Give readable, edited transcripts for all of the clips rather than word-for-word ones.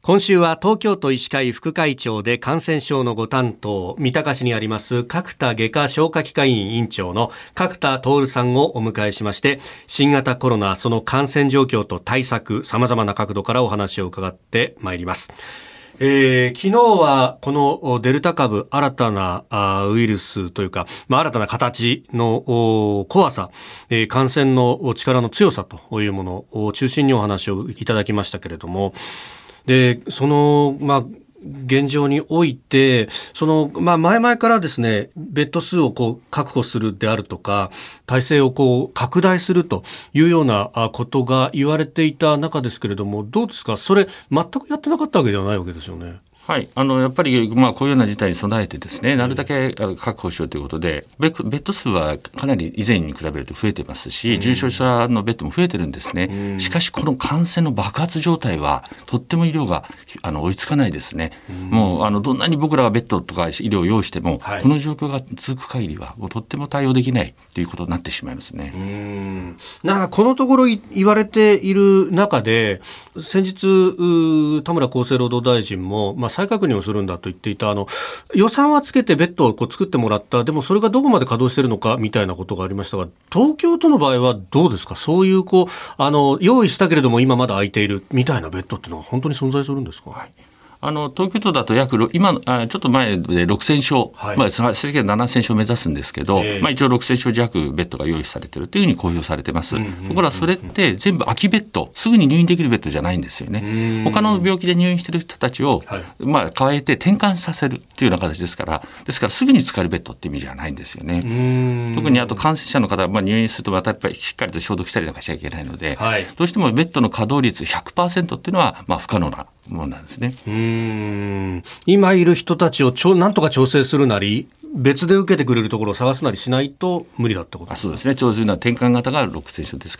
今週は東京都医師会副会長で感染症のご担当、三鷹市にあります角田外科消化器科医院院長の角田徹さんをお迎えしまして、新型コロナその感染状況と対策、様々な角度からお話を伺ってまいります。昨日はこのデルタ株、新たなウイルスというか、新たな形の怖さ、感染の力の強さというものを中心にお話をいただきましたけれども、でその現状において前々からですね、ベッド数を確保するであるとか、体制を拡大するというようなことが言われていた中ですけれども、どうですか、それ全くやってなかったわけではないわけですよね。 はい、やっぱり、こういうような事態に備えてですね、なるだけ確保しようということで、ベッド数はかなり以前に比べると増えてますし、重症者のベッドも増えてるんですね。しかしこの感染の爆発状態はとっても医療が追いつかないですね。もうどんなに僕らがベッドとか医療を用意しても、この状況が続く限りはもうとっても対応できないということになってしまいますね。 なんかこのところ言われている中で、先日田村厚生労働大臣も、再確認をするんだと言っていた予算はつけてベッドを作ってもらった、でもそれがどこまで稼働しているのかみたいなことがありましたが、東京都の場合はどうですか。そういう用意したけれども今まだ空いているみたいなベッドっていうのは本当に存在するんですか。 はい、東京都だと今ちょっと前で6000床、正式には7000床目指すんですけど、一応6000床弱ベッドが用意されているというふうに公表されてます。ところがそれって全部空きベッド、すぐに入院できるベッドじゃないんですよね。他の病気で入院している人たちを、変えて転換させるというような形ですからすぐに使えるベッドって意味じゃないんですよね。特にあと感染者の方、入院するとまたやっぱりしっかりと消毒したりなんかしなきゃいけないので、どうしてもベッドの稼働率 100% っていうのは不可能なものなんですね。 今いる人たちをなんとか調整するなり、別で受けてくれるところを探すなりしないと無理だってことですか。 そうですね。ちょうどいうのは転換型が6000床ですから、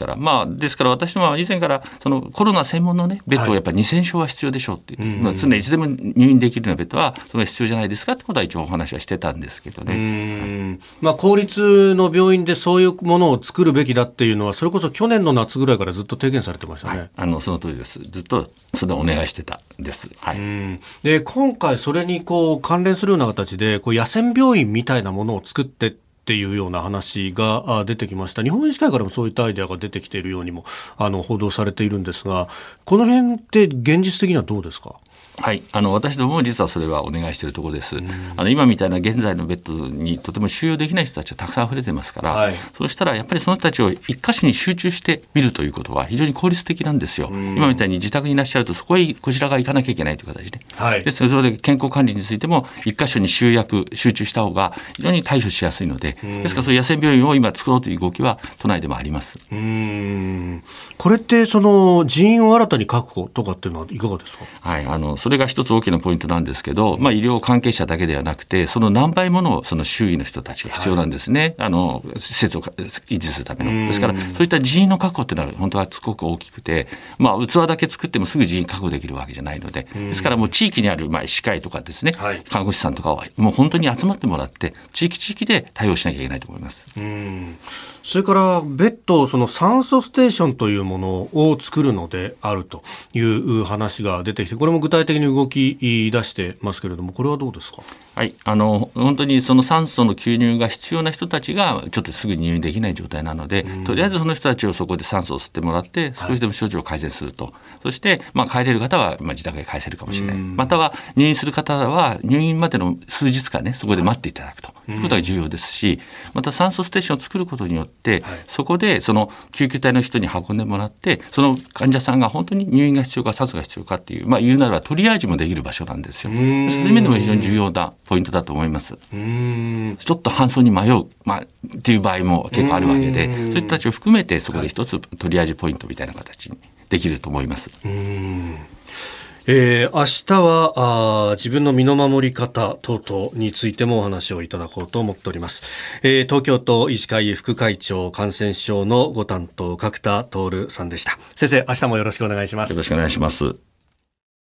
ですから私どもは以前からそのコロナ専門のねベッドをやっぱり2000床は必要でしょうっていう、常にいつでも入院できるようなベッドはそれが必要じゃないですかってことは一応お話はしてたんですけどね。 公立の病院でそういうものを作るべきだっていうのは、それこそ去年の夏ぐらいからずっと提言されてましたね。 その通りです。ずっとそれをお願いしてたんです。 で今回それに関連するような形で野戦病院みたいなものを作ってっていうような話が出てきました。日本医師会からもそういったアイデアが出てきているようにも報道されているんですが、この辺って現実的にはどうですか。 はい、私どもも実はそれはお願いしているところです。今みたいな現在のベッドにとても収容できない人たちはたくさん溢れてますから、そうしたらやっぱりその人たちを一箇所に集中して見るということは非常に効率的なんですよ。今みたいに自宅にいらっしゃるとそこへこちらが行かなきゃいけないという形で、ですので健康管理についても一箇所に集中した方が非常に対処しやすいので、ですからそういう野戦病院を今作ろうという動きは都内でもあります。 これってその人員を新たに確保とかっていうのはいかがですか。 それが一つ大きなポイントなんですけど、医療関係者だけではなくてその何倍ものその周囲の人たちが必要なんですね。施設を維持するための。ですからそういった人員の確保っていうのは本当はすごく大きくて、器だけ作ってもすぐ人員確保できるわけじゃないので、ですからもう地域にある医師会とかですね、看護師さんとかはもう本当に集まってもらって地域で対応しなきゃいけないと思います。 それからベッド、その酸素ステーションというものを作るのであるという話が出てきて、これも具体的に動き出してますけれども、これはどうですか。 本当にその酸素の吸入が必要な人たちがちょっとすぐに入院できない状態なので、とりあえずその人たちをそこで酸素を吸ってもらって少しでも症状を改善すると、そして帰れる方は自宅へ帰せるかもしれない、または入院する方は入院までの数日間ねそこで待っていただくということが重要ですし、また酸素ステーションを作ることによって、そこでその救急隊の人に運んでもらって、その患者さんが本当に入院が必要か酸素が必要かっていう、言うならばトリアージもできる場所なんですよ。そういう意味でも非常に重要なポイントだと思います。ちょっと搬送に迷う、っていう場合も結構あるわけで、そういう人たちを含めてそこで一つトリアージポイントみたいな形にできると思います。 明日は自分の身の守り方等々についてもお話をいただこうと思っております。東京都医師会副会長感染症のご担当角田徹さんでした。先生、明日もよろしくお願いします。 よろしくお願いします。